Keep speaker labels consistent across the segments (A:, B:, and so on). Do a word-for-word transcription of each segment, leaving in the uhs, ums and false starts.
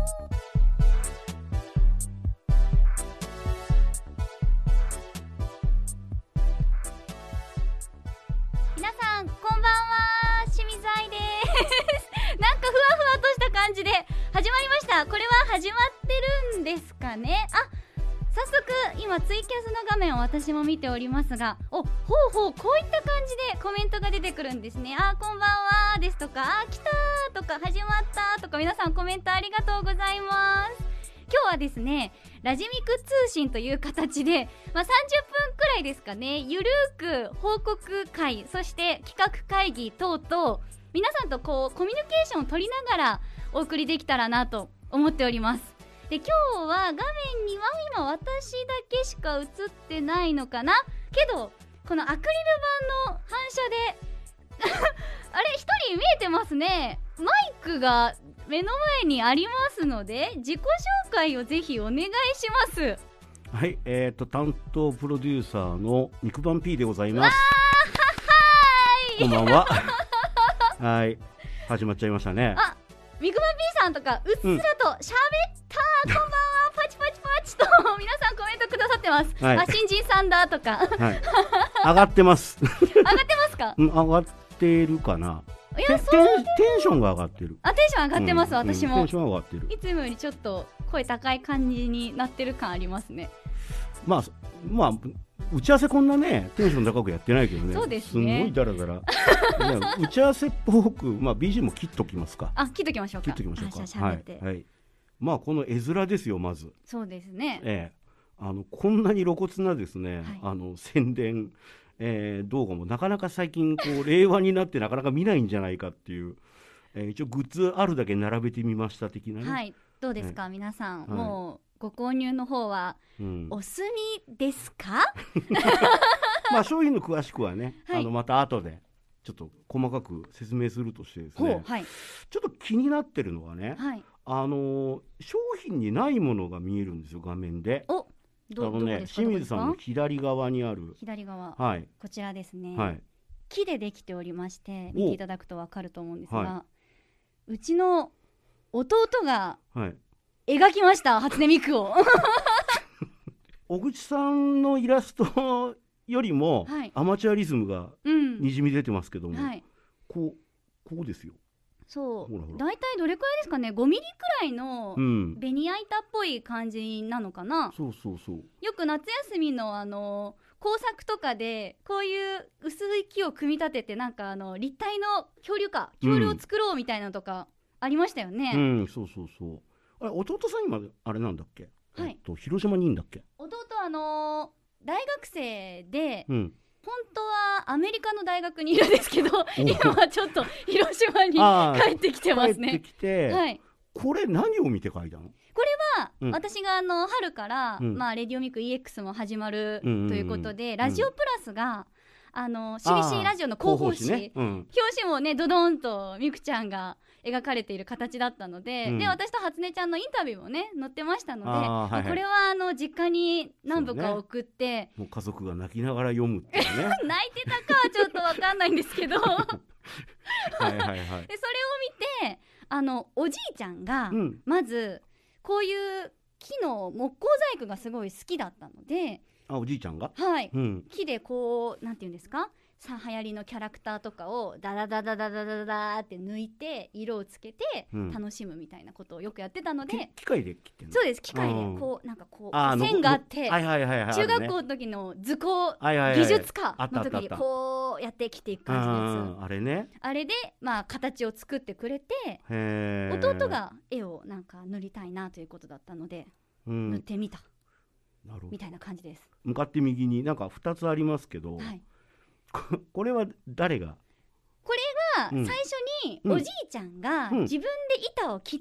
A: 皆さんこんばんは、清水愛ですなんかふわふわとした感じで始まりました。これは始まってるんですかね。あ、早速今ツイキャスの画面を私も見ておりますが、お、ほうほう、こういった感じでコメントが出てくるんですね。あ、こんばんはですとか、あ、来たーとか、始まったとか、皆さんコメントありがとうございます。今日はですね、ラジミク通信という形で、まあ、さんじゅっぷんくらいですかね、ゆるーく報告会、そして企画会議等々皆さんとこうコミュニケーションを取りながらお送りできたらなと思っております。で、今日は画面には今私だけしか映ってないのかなけど、このアクリル板の反射であれ、一人見えてますね。マイクが目の前にありますので、自己紹介をぜひお願いします。
B: はい、えーと担当プロデューサーの肉バン P でございます。こんばんははい、始まっちゃいましたね。
A: あ、肉バン P さんとかうっすらと喋った、うん、こんばんはパチパチパチと皆さんコメントくださってます、はい、あ、新人さんだとか、はい、
B: 上がってます上
A: がってますか、
B: うん、上がってるかな。いや、そうテンションが上がってる。
A: あ、テンション上がってます、うん、私も、
B: うん、テンション上がってる。
A: いつもよりちょっと声高い感じになってる感ありますね。
B: まあまあ打ち合わせこんなねテンション高くやってないけどね。
A: そうですね、
B: すごいダラダラ打ち合わせっぽく、まあ ビージーエム も切っときますか。
A: あ、切っときましょうか。
B: 切っときましょうか。
A: じゃあ喋って、
B: はいはい、まあこの絵面ですよ、まず。
A: そうですね、
B: ええ、あのこんなに露骨なですね、
A: はい、
B: あの宣伝、えー、動画もなかなか最近こう令和になってなかなか見ないんじゃないかっていう、えー、一応グッズあるだけ並べてみました的なね。
A: はい、どうですか、皆さん、
B: はい、
A: もうご購入の方はお済みですか、
B: うん、まあ商品の詳しくはね、はい、あのまた後でちょっと細かく説明するとしてですね、
A: はい、
B: ちょっと気になってるのはね、はい、あの商品にないものが見えるんですよ、画面で。
A: お、ど、
B: あのね、清水さんの左側にある
A: 左側、
B: はい、
A: こちらですね、
B: はい、
A: 木でできておりまして、見ていただくと分かると思うんですが、はい、うちの弟が描きました、はい、初音ミクを
B: 小口さんのイラストよりも、はい、アマチュアリズムがにじみ出てますけども、うん、はい、こう、こうですよ。
A: そう、だいたいどれくらいですかね、ごミリくらいのベニヤ板っぽい感じなのかな、うん、
B: そうそうそう。
A: よく夏休みのあの工作とかでこういう薄い木を組み立てて、なんかあの立体の恐竜か恐竜を作ろうみたいなのとかありましたよね。
B: うん、うん、そうそうそう。あれ、弟さん今あれなんだっけ、はい、えっと、広島にいんだっけ。
A: 弟はあのー、大学生で、うん、本当はアメリカの大学にいるんですけど今はちょっと広島に帰ってきてますね。
B: 帰ってきて、はい、これ何を見て書いたの？
A: これは、うん、私があの春から、うん、まあ、レディオミク イーエックス も始まるということで、うんうんうん、ラジオプラスがあの シービーシー ラジオの広報誌、ね、うん、表紙もねドドンとミクちゃんが描かれている形だったので、うん、で私と初音ちゃんのインタビューもね載ってましたので、はいはい、これはあの実家に何部か送って、ね、
B: もう家族が泣きながら読むっていうね
A: 泣いてたかはちょっと分かんないんですけどはいはい、はい、でそれを見て、あのおじいちゃんが、うん、まずこういう木の木工細工がすごい好きだったので、
B: あ、おじいちゃんが、
A: はい、うん、木でこうなんていうんですか、さ流行りのキャラクターとかをダダダダダダダダって抜いて色をつけて楽しむみたいなことをよくやってたので、うん、
B: 機械で切ってるの？
A: そうです、機械でこうなんかこう線があって、中学校の時の図工技術科の時にこうやって切っていく感じのやつ、
B: あれね、あ
A: れでまあ形を作ってくれて、弟が絵をなんか塗りたいなということだったので、うん、塗ってみたみたいな感じです。
B: 向かって右になんかふたつありますけど、はい、これは誰が？
A: これが最初におじいちゃんが自分で板を切って、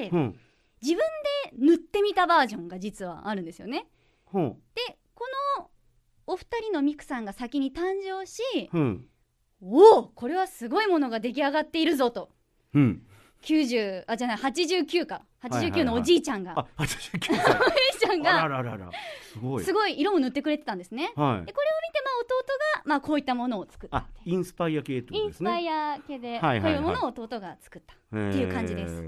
A: うん、自分で塗ってみたバージョンが実はあるんですよね、うん、でこのお二人のミクさんが先に誕生し、うん、おおこれはすごいものが出来上がっているぞと、うん、きゅうじゅうあじゃないはちじゅうきゅうかはちじゅうきゅうのおじいちゃんが、はいはいはい、あはちじゅうきゅうさいおじいちゃんが
B: あららららすごい
A: すごい色も塗ってくれてたんですね、はい、でこれを見て、まあ、弟が、まあ、こういったものを作った。
B: あ、インスパイア系ってことですね。
A: インスパイア系で、はいはいはい、こういうものを弟が作ったっていう感じです。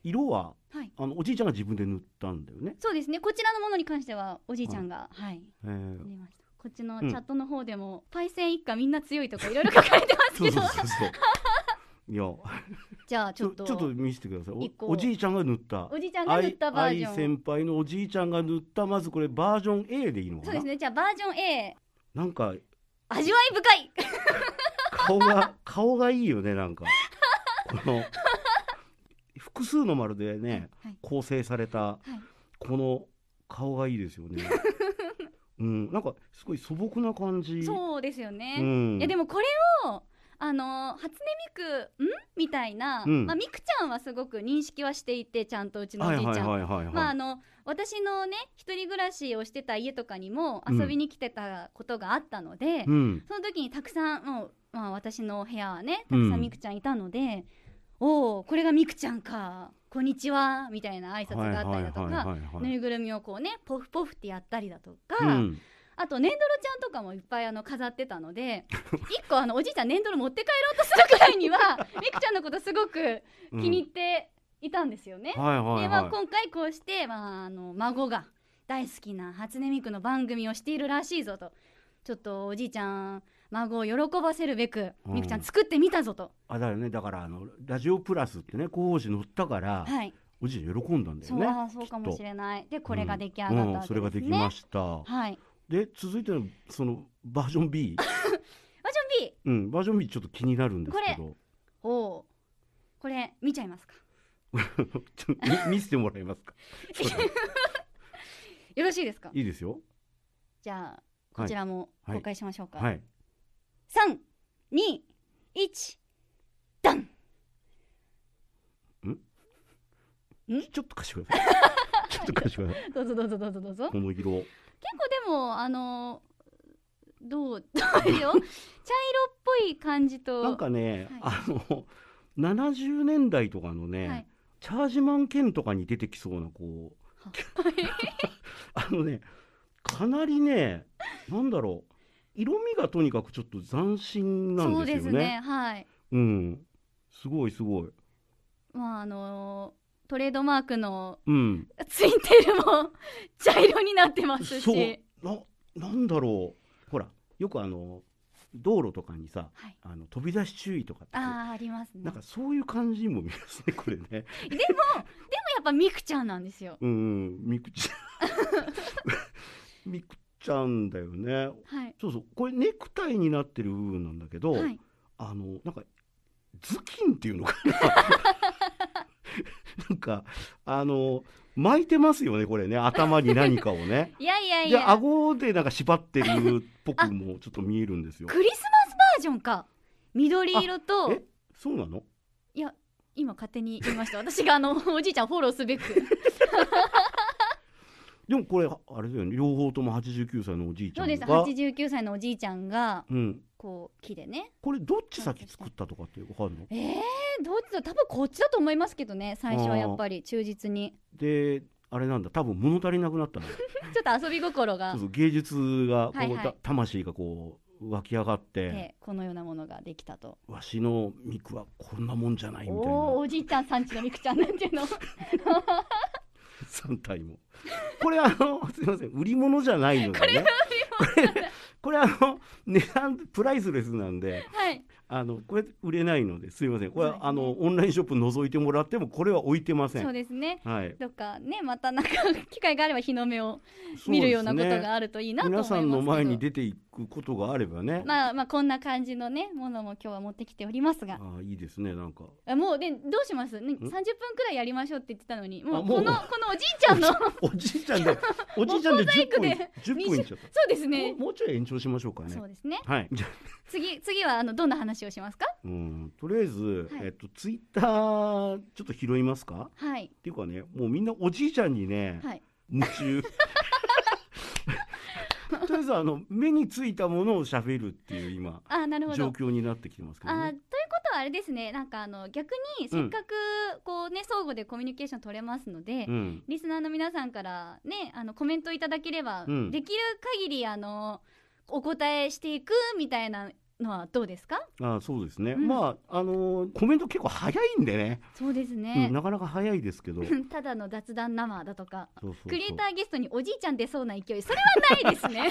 B: 色は、
A: はい、
B: あのおじいちゃんが自分で塗ったんだよね。
A: そうですね。こちらのものに関してはおじいちゃんが、はい、はい、
B: えー、
A: 塗りました。こっちのチャットの方でも、うん、パイセン一家みんな強いとかいろいろ書かれてますけど
B: そうそうそうそういや
A: じゃあちょっと
B: ちょっと見せてください。 お, おじいちゃんが塗った
A: おじいちゃんが塗ったバージョン、
B: 愛先輩のおじいちゃんが塗った、まずこれバージョン A でいいのかな。
A: そうですね。じゃあバージョン A、
B: なんか
A: 味わい深い
B: 顔が顔がいいよね。なんかこの複数の丸でね、はい、構成された、はい、この顔がいいですよねうん、なんかすごい素朴な感じ。そうですよね、うん、いやでもこれをあの初音ミクんみたいな、うん、まあ、ミクちゃんはすごく認識はしていて、ちゃんとうちのおじいちゃん、まああの私のね一人暮らしをしてた家とかにも遊びに来てたことがあったので、うん、その時にたくさんもう、まあ、私の部屋はねたくさんミクちゃんいたので、うん、おおこれがミクちゃんかこんにちはみたいな挨拶があったりだとか、ぬいぐるみをこうねポフポフってやったりだとか、うん、あとネンドロちゃんとかもいっぱいあの飾ってたので一個あのおじいちゃんネンドロ持って帰ろうとするくらいにはミクちゃんのことすごく気に入っていたんですよね、うん、はいはいはい、で、まあ、今回こうして、まあ、あの孫が大好きな初音ミクの番組をしているらしいぞと、ちょっとおじいちゃん孫を喜ばせるべく、うん、ミクちゃん作ってみたぞと。あだよね、だからあのラジオプラスってね広報誌載ったから、はい、おじいちゃん喜んだんだよね。そう、そうかもしれない。でこれが出来上がったわけですね、うんうん、それができました。はい、で続いてのそのバージョン B バージョン B、うん、バージョン B ちょっと気になるんですけど、これおこれ見ちゃいますかちょ見, 見せてもらえますかよろしいですか。いいですよ。じゃあこちらも公開しましょうか。はいはい、さん、に、いち、ダン。ん？ん？ちょっと貸してください。ちょっと貸してください。どうぞどうぞどうぞどうぞ。この色。結構でもあのどうどうよ。茶色っぽい感じと。なんかね、はい、あのななじゅうねんだいとかのね、はい、チャージマン剣とかに出てきそうなこうあのねかなりねなんだろう。色味がとにかくちょっと斬新なんですよね。そうですね、はい、うん、すごいすごい。まああのー、トレードマークの、うん、ついてるも茶色になってますし、そうな、なんだろう、ほらよくあの道路とかにさ、はい、あの飛び出し注意とかって あ, ありますね。なんかそういう感じにも見えますねこれねでもでもやっぱミクちゃんなんですよ。うん、うん、ミクちゃんミクちゃんだよね、はい、そうそう、これネクタイになってる部分なんだけど、はい、あのなんか頭巾っていうのかななんかあの巻いてますよねこれね、頭に何かをねいやいやいや、で顎でなんか縛ってるっぽくもちょっと見えるんですよクリスマスバージョンか。緑色と。え、そうなの。いや今勝手に言いました私があのおじいちゃんフォローすべくでもこれあれだよね、両方ともはちじゅうきゅうさいのおじいちゃんが。そうです、はちじゅうきゅうさいのおじいちゃんが、うん、こう木でね。これどっち先作ったとかって分かるの。えー、どっちだ、多分こっちだと思いますけどね、最初はやっぱり忠実に。であれなんだ、多分物足りなくなったのちょっと遊び心が、そうそう、芸術がこう、はいはい、魂がこう湧き上がって、このようなものができたと。わしのミクはこんなもんじゃないみたいな。お, おじいちゃんさんちのミクちゃんなんていうのさん体もこれあのすいません、売り物じゃないのでねこれこれあの値段プライスレスなんで、はい、あのこれ売れないのですいません。これは、ね、あのオンラインショップ覗いてもらってもこれは置いてません。そうですね、はい、どっかねまたなんか機会があれば日の目を見るようなことがあるといいなと思いますけど、皆さんの前に出ていくことがあればね、まあまあこんな感じのねものも今日は持ってきておりますが、あいいですね。なんかもうでどうします、ね、さんじゅっぷんくらいやりましょうって言ってたのに、もうこのこのおじいちゃんのおじいちゃんでおじいちゃんでじゅっぷんじゅっぷんいっちゃった。そうですね、もうちょい延長しましょうかね。そうですね、はい、じゃ次次はあのどんな話をしますか。うん、とりあえず、はい、えっとツイッターちょっと拾いますか。はい。っていうかね、もうみんなおじいちゃんにね、はい、夢中。とりあえずあの目についたものを喋るっていう今あなるほど状況になってきてますけどね。あということはあれですね、なんかあの逆にせっかくこうね、うん、相互でコミュニケーション取れますので、うん、リスナーの皆さんからねあのコメントいただければ、うん、できる限りあのお答えしていくみたいな
A: のはどうですか？
B: あ、そうですね、
A: うん、
B: まああのー、コメント結構早いんでね。
A: そうですね、
B: うん、なかなか早いですけど
A: ただの雑談生だとか、
B: そうそうそう、
A: クリエイターゲストにおじいちゃん出そうな勢い、それはないですね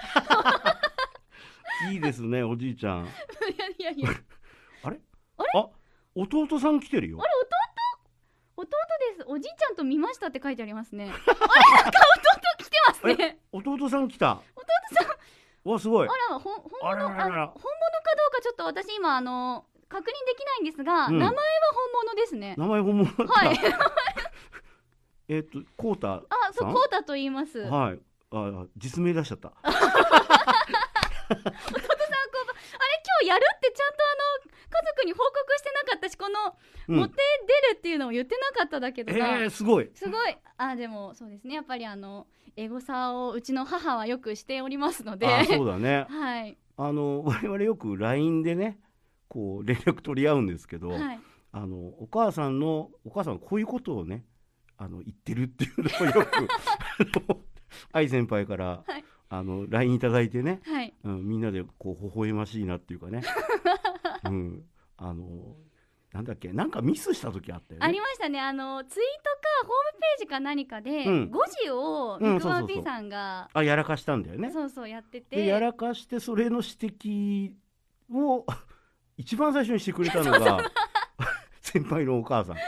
B: いいですね、おじいちゃん。
A: いやいやいや
B: あれ
A: あれ
B: あ、弟さん来てるよ。
A: あれ、弟弟です。おじいちゃんと見ましたって書いてありますね。あれ、なんか弟来てますね。
B: 弟さん来た。
A: 弟さん、
B: わ、すごい。
A: あら、ほ本物、
B: あららら
A: あ、本物かどうかちょっと私今あの確認できないんですが、
B: うん、
A: 名前は本物ですね。
B: 名前本物だった。
A: はい。
B: えっとコウタ。
A: あ、そう、コウタと言います。
B: はい。あ、実名出しちゃった。弟さん、こう、
A: あれ、今日やるってちゃんとあの家族に報告してなかったし、この、うん、モテ出るっていうのを言ってなかっただけどな、
B: えー、すごい
A: すごい。あ、でもそうですね、やっぱりあのエゴサをうちの母はよくしておりますので。
B: あ、そうだね
A: はい、
B: あの我々よく ライン でねこう連絡取り合うんですけど、はい、あのお母さんのお母さんこういうことをねあの言ってるっていうのをよく愛先輩から、はい、あの ライン いただいてね、はい、うん、みんなでこう微笑ましいなっていうかね、うん、あのなんだっけ、なんかミスした時あったよね。
A: ありましたね。あのツイートかホームページか何かで、うん、ごじをビッグワン P さんが、
B: あ、やらかしたんだよね。
A: そうそうやってて、
B: でやらかしてそれの指摘を一番最初にしてくれたのが先輩のお母さん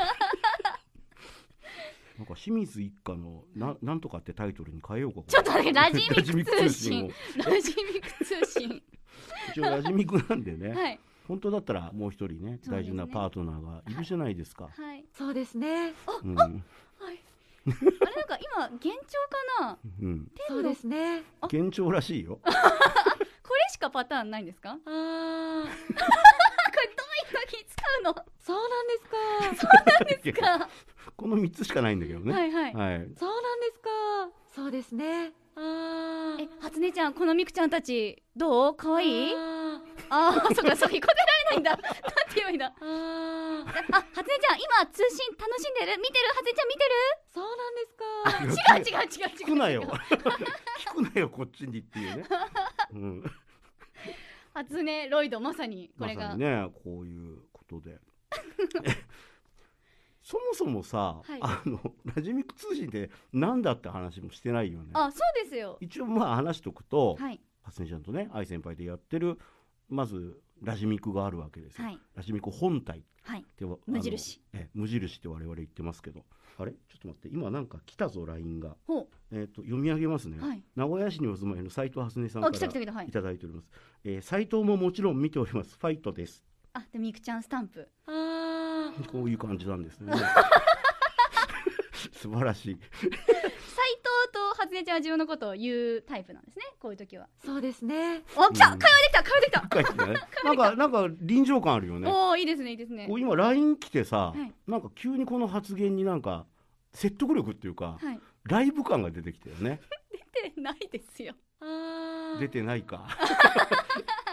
B: なんか清水一家の な, なんとかってタイトルに変えようか。
A: ちょっと待って、ラジミク通信ラジミク通信
B: 一応ラジミクなんでね、
A: はい、
B: 本当だったらもう一人ね大事なパートナーがいるじゃないですか。
A: はい、そうですね。あ、
B: うん、
A: あ、はいあれ、なんか今幻聴かな、
B: うん、
A: そうですね、
B: 幻聴らしいよ
A: これしかパターンないんですか？あこれどういう時使うの？そうなんですか。そうなんですか。
B: このみっつしかないんだけどね。
A: はいはい、
B: はい、
A: そうなんですか。そうですね。あえ、初音ちゃん、このみくちゃんたちどう？かわいい？ああ、そうかそうか、答えられないんだ。なんて言えばいいんだ。ああ、初音ちゃん今通信楽しんでる？見てる？初音ちゃん見てる？そうなんですか。違う違う違う違う。
B: 聞くなよ。聞くなよこっちにっていうね。うん。
A: 初音ロイド、まさにこれが。
B: まさにね、こういうことで。そもそもさ、はい、あのラジミク通信ってなんだって話もしてないよね。
A: あ、そうですよ。
B: 一応まあ話しとくと、
A: はい、
B: 初音ちゃんとね愛先輩でやってるまずラジミクがあるわけですよ。はい、ラジミク本体って、
A: はい、無印
B: え無印って我々言ってますけど、あれちょっと待って、今なんか来たぞ ライン が。ほう、えー、と読み上げますね。はい、名古屋市にお住まいの斉藤初音さんからいただいております。えー、斉藤ももちろん見ております。ファイトです。
A: あ、でみくちゃんスタンプ。あ
B: あ、こういう感じなんですね。素晴らしい。
A: 斉藤と初音ちゃんは自分のことを言うタイプなんですね、こういう時は。そうですね。お、来た、会話できた、会話できた。
B: 会話できた。なんかなんか臨場感あるよね。
A: おー、いいですね、いいですね。
B: こう今 ライン 来てさ、はい、なんか急にこの発言になんか説得力っていうか、はい、ライブ感が出てきたよね。
A: 出てないですよ。あ、
B: 出てないか。